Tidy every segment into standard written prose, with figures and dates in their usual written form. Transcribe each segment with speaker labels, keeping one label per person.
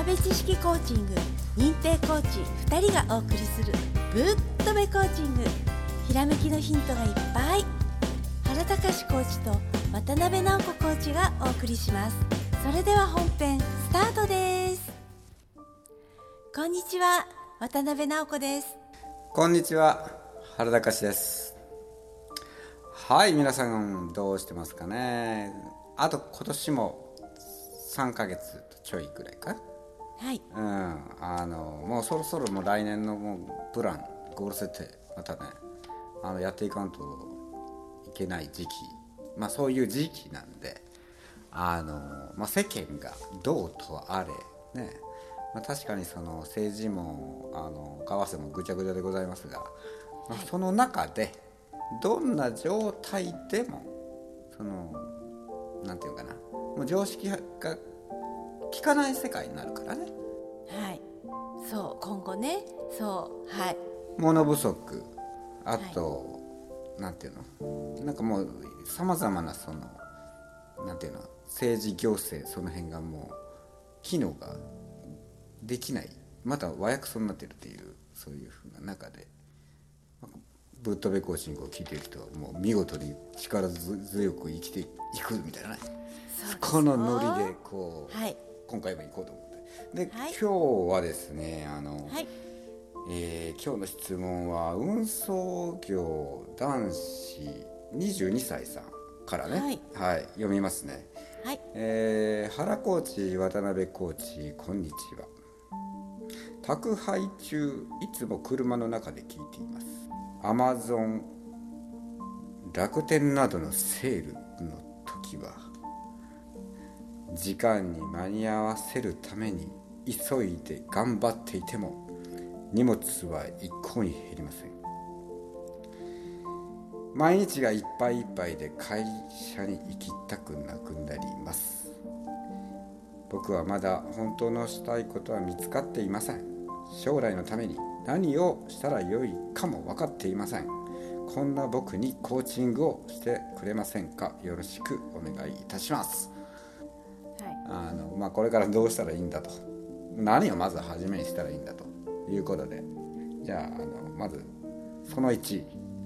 Speaker 1: 辺知識コーチング認定コーチ2人がお送りするぶっとべコーチング。ひらめきのヒントがいっぱい。原隆コーチと渡辺直子コーチがお送りします。それでは本編スタートです。こんにちは、渡辺直子です。
Speaker 2: こんにちは、原隆です。はい、皆さんどうしてますかね。あと今年も3ヶ月ちょいぐらいか。
Speaker 1: はい、
Speaker 2: もうそろそろもう来年のもうプランゴール設定またねやっていかんといけない時期、そういう時期なんで世間がどうとあれね、確かにその政治も為替もぐちゃぐちゃでございますが、その中でどんな状態でもなんていうかな、もう常識が効かない世界になるからね。
Speaker 1: はい、そう今後ね、そうはい。
Speaker 2: 物不足、あと、なんていうの、なんかもうさまざまななんていうの、政治行政その辺がもう機能ができない、また和訳そうになっているっていう、そういうふうな中でぶっとべコーチングを聞いている人はもう見事に力強く生きていくみたいなね、このノリでこう、今回も行こうと思ってで、今日はですね今日の質問は運送業男子22歳さんからね、読みますね。原コーチ、渡辺コーチ、こんにちは。宅配中いつも車の中で聞いています。アマゾン、楽天などのセールの時は時間に間に合わせるために急いで頑張っていても荷物は一向に減りません。毎日がいっぱいいっぱいで会社に行きたくなくなります。僕はまだ本当のしたいことは見つかっていません。将来のために何をしたらよいかも分かっていません。こんな僕にコーチングをしてくれませんか。よろしくお願いいたします。これからどうしたらいいんだと、何をまず初めにしたらいいんだということで、じゃあ、まずその1、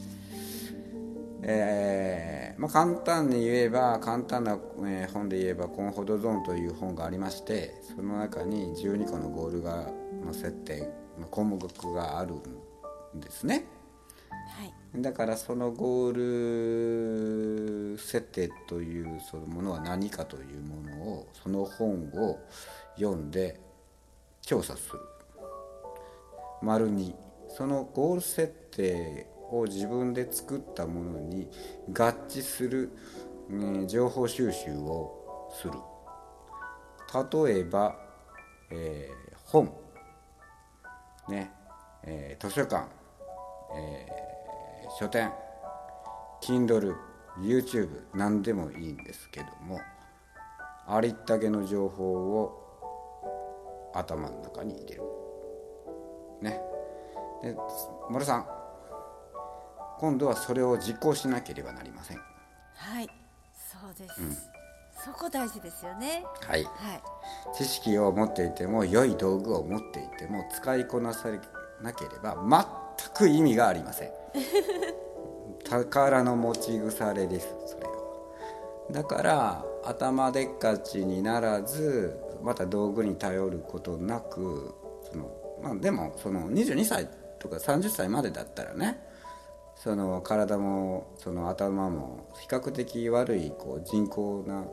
Speaker 2: 簡単に言えば、簡単な、本で言えばコンフォートゾーンという本がありまして、その中に12個のゴールがの設定、項目があるんですね。だからそのゴール設定というそのものは何かというものを、その本を読んで調査する。丸2、そのゴール設定を自分で作ったものに合致する、情報収集をする。例えば、本、図書館、書店、Kindle、YouTube、何でもいいんですけども、ありったけの情報を頭の中に入れる。で、森さん、今度はそれを実行しなければなりません。
Speaker 1: はい、そうです、そこ大事ですよね。
Speaker 2: 知識を持っていても、良い道具を持っていても、使いこなさなければ全く意味がありません。宝の持ち腐れです、それは。だから頭でっかちにならず、また道具に頼ることなく、でもその22歳とか30歳までだったらね、その体もその頭も比較的悪い人工な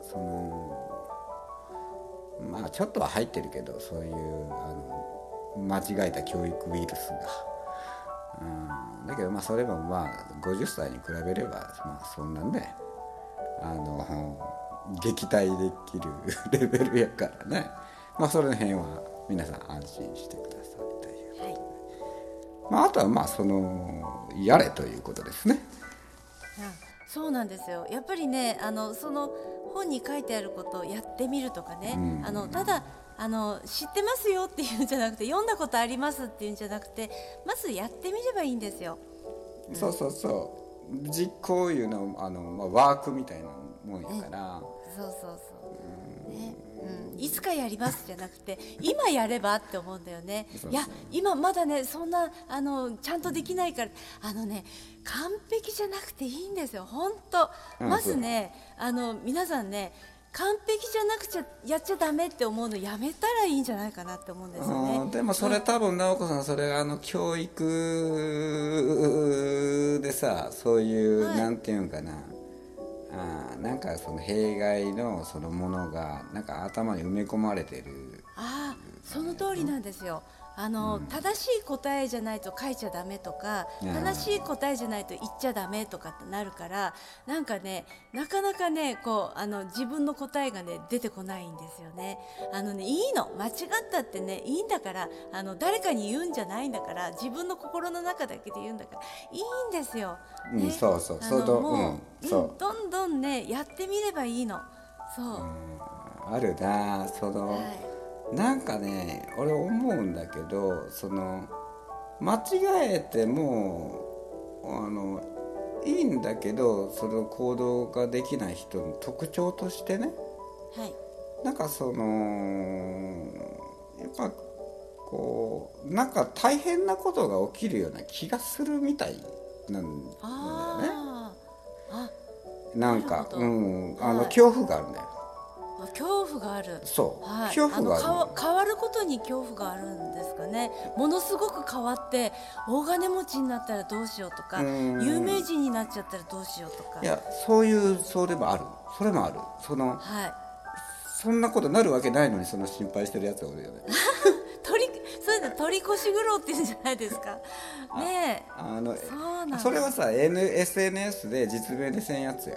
Speaker 2: ちょっとは入ってるけど、そういう間違えた教育ウイルスが、だけどそれも50歳に比べればそんなんで撃退できるレベルやからね。それの辺は皆さん安心してくださいという、あとはやれということですね。
Speaker 1: そうなんですよ。やっぱりね、その本に書いてあることをやってみるとかね、ただ知ってますよっていうんじゃなくて、読んだことありますっていうんじゃなくて、まずやってみればいいんですよ。
Speaker 2: そう実行いうのワークみたいなもんやから、
Speaker 1: そうそうそう、ね、いつかやりますじゃなくて今やればって思うんだよね。いや今まだねそんなちゃんとできないから完璧じゃなくていいんですよ本当。まずね皆さんね完璧じゃなくちゃやっちゃダメって思うのやめたらいいんじゃないかなって思うんですよね。
Speaker 2: でもそれ多分直子さんそれ教育でさそういう、
Speaker 1: はい、
Speaker 2: なんていうんかななんかその弊害のそのものがなんか頭に埋め込まれてる。
Speaker 1: その通りなんですよ。正しい答えじゃないと書いちゃダメとか、正しい答えじゃないと言っちゃダメとかってなるから、なんかねなかなかねこう自分の答えがね出てこないんですよね。いいの間違ったってねいいんだから、誰かに言うんじゃないんだから、自分の心の中だけで言うんだからいいんですよ、ね、
Speaker 2: そうそうそう
Speaker 1: そうどんどんねやってみればいいの。そう、
Speaker 2: あるなはい、なんかね俺思うんだけど間違えてもいいんだけどその行動ができない人の特徴としてね、
Speaker 1: はい、
Speaker 2: なんかやっぱこうなんか大変なことが起きるような気がするみたいなんだよね。なんか、恐怖があるんだよ。
Speaker 1: 恐怖がある。
Speaker 2: そう、
Speaker 1: はい、
Speaker 2: 恐怖がある。
Speaker 1: 変わることに恐怖があるんですかね。ものすごく変わって大金持ちになったらどうしようとか、有名人になっちゃったらどうしようとか。
Speaker 2: いやそれもある。それもある。そんなことなるわけないのに心配してるやつがおるよね。
Speaker 1: そういうの取り越し苦労って言うんじゃないですかね。
Speaker 2: それはさ SNS で実名でせんやつよ。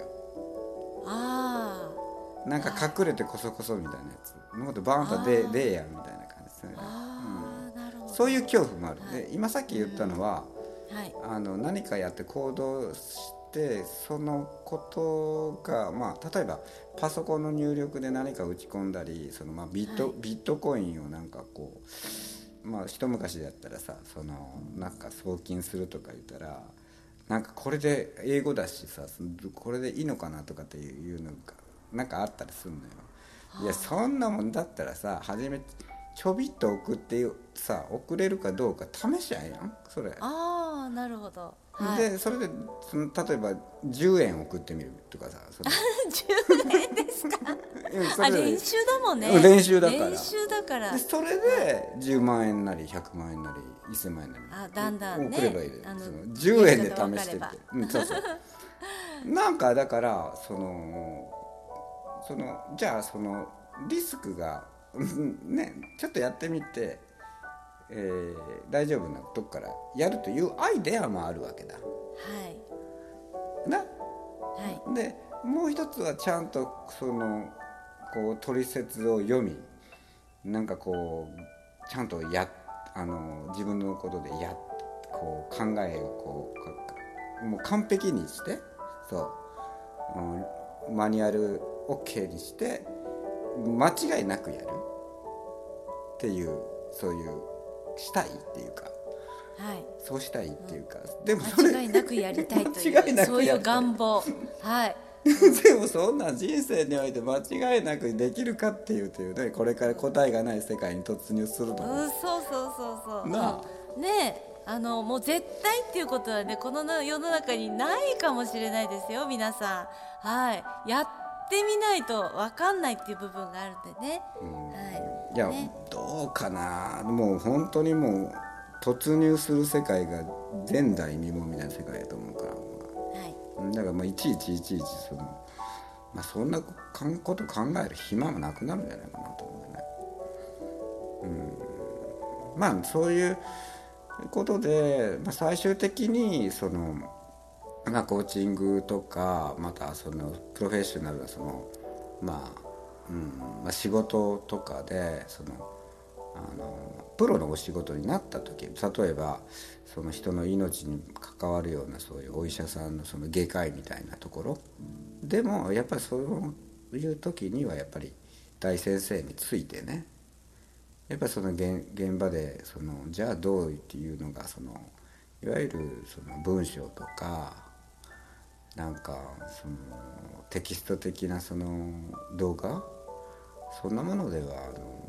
Speaker 2: なんか隠れてこそこそみたいなやつのことバーンとでえやみたいな感じですね。
Speaker 1: なるほど。
Speaker 2: そういう恐怖もある。で今さっき言ったのは、何かやって行動してそのことが、例えばパソコンの入力で何か打ち込んだりビットコインをなんかこう一昔だったらさなんか送金するとか言ったらなんかこれで英語だしさこれでいいのかなとかっていうのがなんかあったりするのよ。いやそんなもんだったらさ初めちょびっと送ってさ送れるかどうか試しゃえやんそれ。
Speaker 1: なるほど。
Speaker 2: でそれで例えば10円送ってみるとかさ
Speaker 1: 10円ですか練習だもんね。
Speaker 2: 練習だからでそれで10万円なり100万円なり1000万円なり
Speaker 1: だんだんね
Speaker 2: 送ればいいで10円で試してみてそうそうなんかだからじゃあリスクがねちょっとやってみて大丈夫なとこからやるというアイデアもあるわけだ。でもう一つはちゃんとこう取説を読みなんかこうちゃんと自分のことでこう考えをもう完璧にしてマニュアル OK にして間違いなくやるっていうそういうしたいっていうか、そうしたいっていうか、でも
Speaker 1: 間違いなくやりたいというそういう願望
Speaker 2: でもそんな人生において間違いなくできるかっていうというねこれから答えがない世界に突入すると思う。
Speaker 1: そうねえもう絶対っていうことはねこの世の中にないかもしれないですよ皆さん。やってみないと分かんないっていう部分があるんでね。
Speaker 2: いや、どうかなもう本当にもう突入する世界が前代未聞みたいな世界だと思うから、だからいちいちそんなこと考える暇もなくなるんじゃないかなと思うね。そういうことで、最終的にコーチングとかまたプロフェッショナルな仕事とかでプロのお仕事になった時、例えば人の命に関わるようなそういうお医者さんの外科医みたいなところでもやっぱりそういう時にはやっぱり大先生についてねやっぱり現場でじゃあどうっていうのがいわゆる文章とかなんかそのテキスト的なその動画、そんなものでは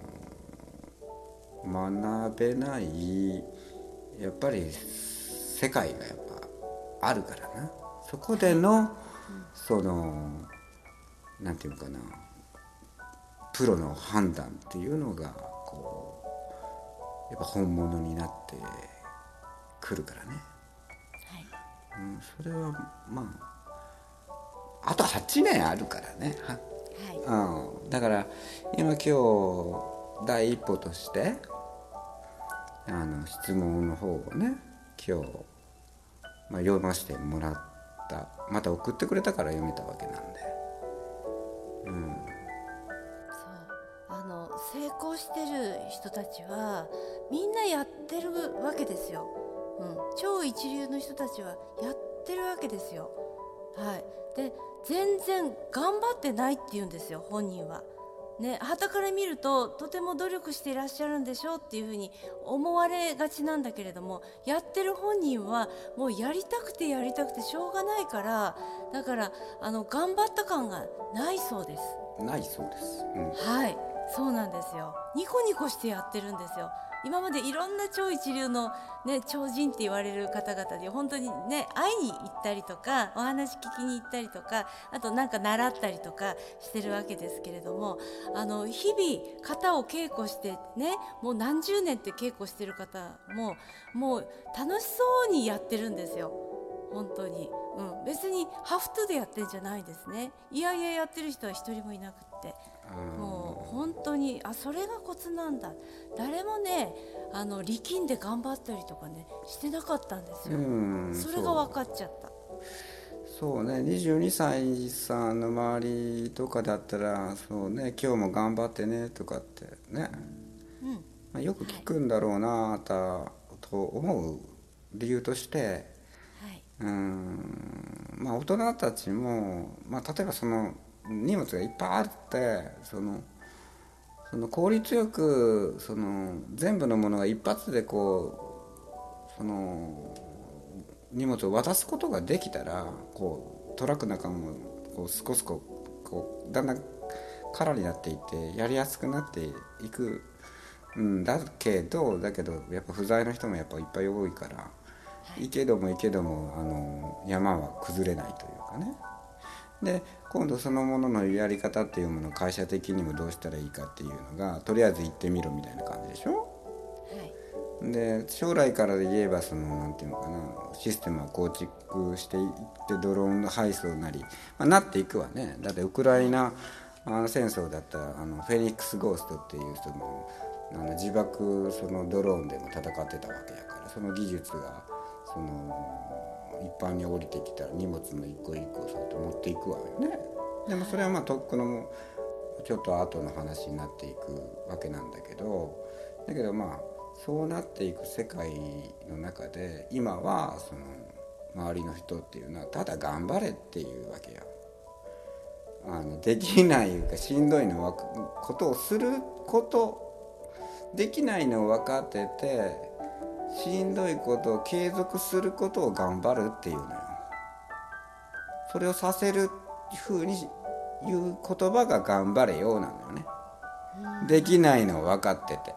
Speaker 2: 学べないやっぱり世界がやっぱあるからな。そこでのそのなんていうのかな、プロの判断っていうのがこうやっぱ本物になってくるからね、それはまああと8年あるからね、だから今日第一歩として質問の方をね今日、読ませてもらった、また送ってくれたから読めたわけなんで、
Speaker 1: そう成功してる人たちはみんなやってるわけですよ、超一流の人たちはやってるわけですよ。で全然頑張ってないって言うんですよ、本人はね。傍から見るととても努力していらっしゃるんでしょうっていうふうに思われがちなんだけれども、やってる本人はもうやりたくてやりたくてしょうがないから、だから頑張った感がないそうです。
Speaker 2: ないそうです、
Speaker 1: そうなんですよ。ニコニコしてやってるんですよ。今までいろんな超一流の、超人って言われる方々で本当にね会いに行ったりとかお話聞きに行ったりとか、あとなんか習ったりとかしてるわけですけれども、日々型を稽古してね、もう何十年って稽古してる方もう楽しそうにやってるんですよ本当に、別にハフトゥでやってんじゃないですね。いやいややってる人は一人もいなくって、もう本当にそれがコツなんだ。誰もね力んで頑張ったりとかねしてなかったんですよ。それが分かっちゃった。
Speaker 2: そうね、22歳さんの周りとかだったらそうね、今日も頑張ってねとかってね、よく聞くんだろうなと思う理由として、大人たちも、例えばその荷物がいっぱいあってその効率よくその全部のものが一発でこうその荷物を渡すことができたらこうトラックの中もこう少しこうだんだん空になっていってやりやすくなっていくだけどやっぱ不在の人もやっぱいっぱい多いから、いけども山は崩れないというかね。で今度そのもののやり方っていうものを会社的にもどうしたらいいかっていうのがとりあえず行ってみろみたいな感じでしょ。で将来からで言えばそのなんていうのかな、システムを構築していってドローンの配送なり、なっていくわね。だってウクライナ戦争だったらフェニックスゴーストっていうその自爆そのドローンでも戦ってたわけやから、その技術がその一般に降りてきたら荷物の一個一個そうやって持っていくわよね。でもそれはとっくのちょっと後の話になっていくわけなんだけどそうなっていく世界の中で今はその周りの人っていうのはただ頑張れっていうわけよ。できないかしんどいのことをすることできないのを分かっててしんどいことを継続することを頑張るっていうのよ。それをさせるふうに言う言葉が頑張れよなのよね。できないのを分かってて、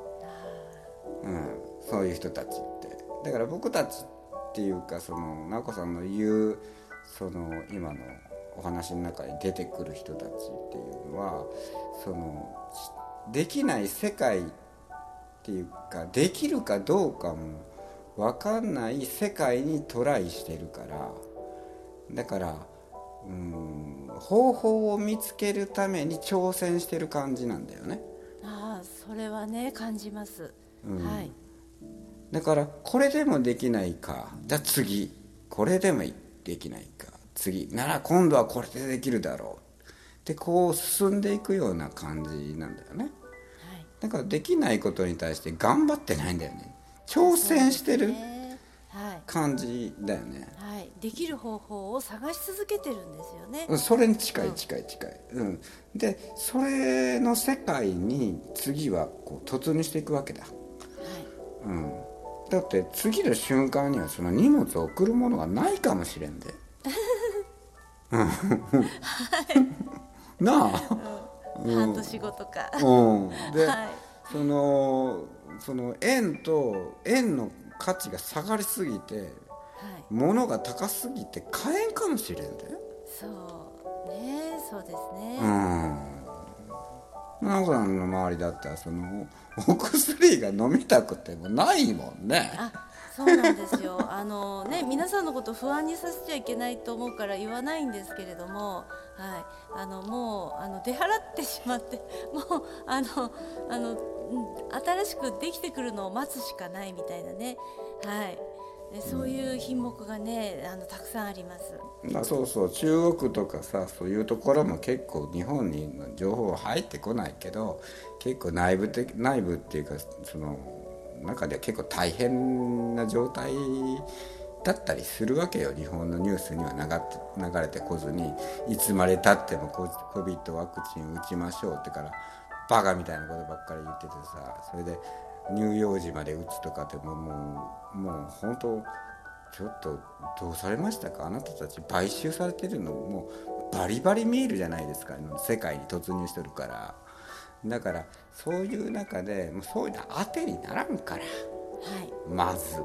Speaker 2: そういう人たちってだから僕たちっていうかその直子さんの言うその今のお話の中に出てくる人たちっていうのはそのできない世界っていうかできるかどうかも分かんない世界にトライしてるから、だから方法を見つけるために挑戦してる感じなんだよね。
Speaker 1: それはね感じます、
Speaker 2: だからこれでもできないか、じゃあ次これでもできないか、次なら今度はこれでできるだろうってこう進んでいくような感じなんだよね。だからできないことに対して頑張ってないんだよね。挑戦してる感じだよね。
Speaker 1: できる方法を探し続けてるんですよね。
Speaker 2: それに近い、でそれの世界に次はこう突入していくわけだ、だって次の瞬間にはその荷物を送るものがないかもしれんでなあ、
Speaker 1: 半年後とか、
Speaker 2: で、
Speaker 1: はい、
Speaker 2: その円の価値が下がりすぎて、物が高すぎて買えんかもしれんで。
Speaker 1: そうね、そうですね。
Speaker 2: ナオさんの周りだったらお薬が飲みたくてもないもんね。
Speaker 1: そうなんですよ。皆さんのことを不安にさせちゃいけないと思うから言わないんですけれども、もう出払ってしまって、もう新しくできてくるのを待つしかないみたいなね、そういう品目がね、たくさんあります。
Speaker 2: そう中国とかさ、そういうところも結構日本に情報入ってこないけど、結構内部っていうか、その中では結構大変な状態だったりするわけよ。日本のニュースには流れてこずに、いつまでたってもCOVIDワクチン打ちましょうってからバカみたいなことばっかり言っててさ、それで乳幼児まで打つとかってもう本当ちょっとどうされましたか。あなたたち買収されてるのもうバリバリ見えるじゃないですか、世界に突入してるから。だからそういう中でもうそういうの当てにならんから、まず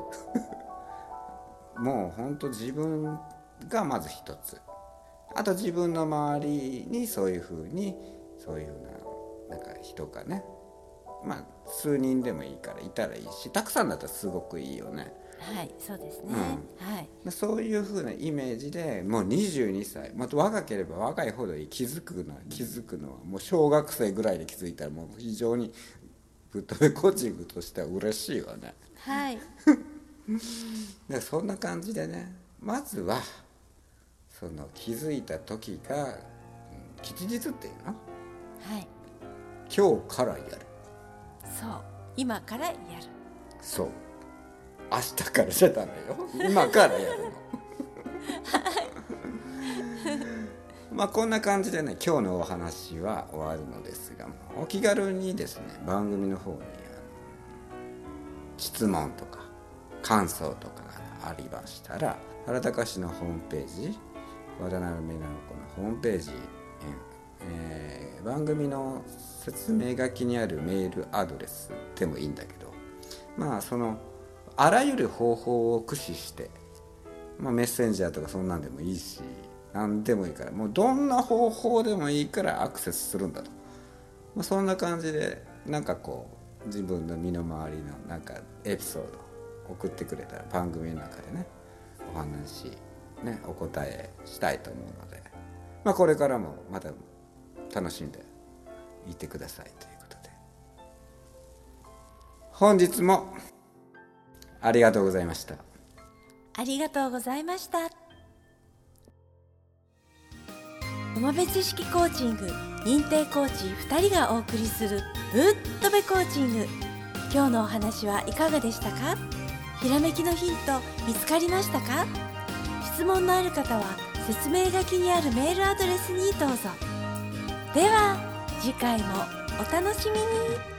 Speaker 2: もう本当自分がまず一つ、あと自分の周りにそういうふうななんか人がね、数人でもいいからいたらいいし、たくさんだったらすごくいいよね。
Speaker 1: そうですね。
Speaker 2: そういう風なイメージで、もう22歳、若ければ若いほどいい。気づくのはもう小学生ぐらいで気づいたら、もう非常にぶっ飛べコーチングとしては嬉しいわね。でそんな感じでね、まずはその気づいた時が吉日っていうの、今日からやる。
Speaker 1: そう今からやる。
Speaker 2: そう明日からじゃダメよ、今からやるのこんな感じでね、今日のお話は終わるのですが、お気軽にですね、番組の方に質問とか感想とかがありましたら、原高氏のホームページ、渡辺直子のホームページ、番組の説明書きにあるメールアドレスでもいいんだけど、そのあらゆる方法を駆使して、メッセンジャーとかそんなんでもいいし、何でもいいから、もうどんな方法でもいいからアクセスするんだと、そんな感じでなんかこう自分の身の回りのなんかエピソード送ってくれたら、番組の中でねお話ねお答えしたいと思うので、これからもまた楽しんでいてくださいということで、本日もありがとうございました。
Speaker 1: ありがとうございました。友部知識コーチング認定コーチ2人がお送りするぶっとべコーチング。今日のお話はいかがでしたか？ひらめきのヒント見つかりましたか？質問のある方は説明書きにあるメールアドレスにどうぞ。では次回もお楽しみに。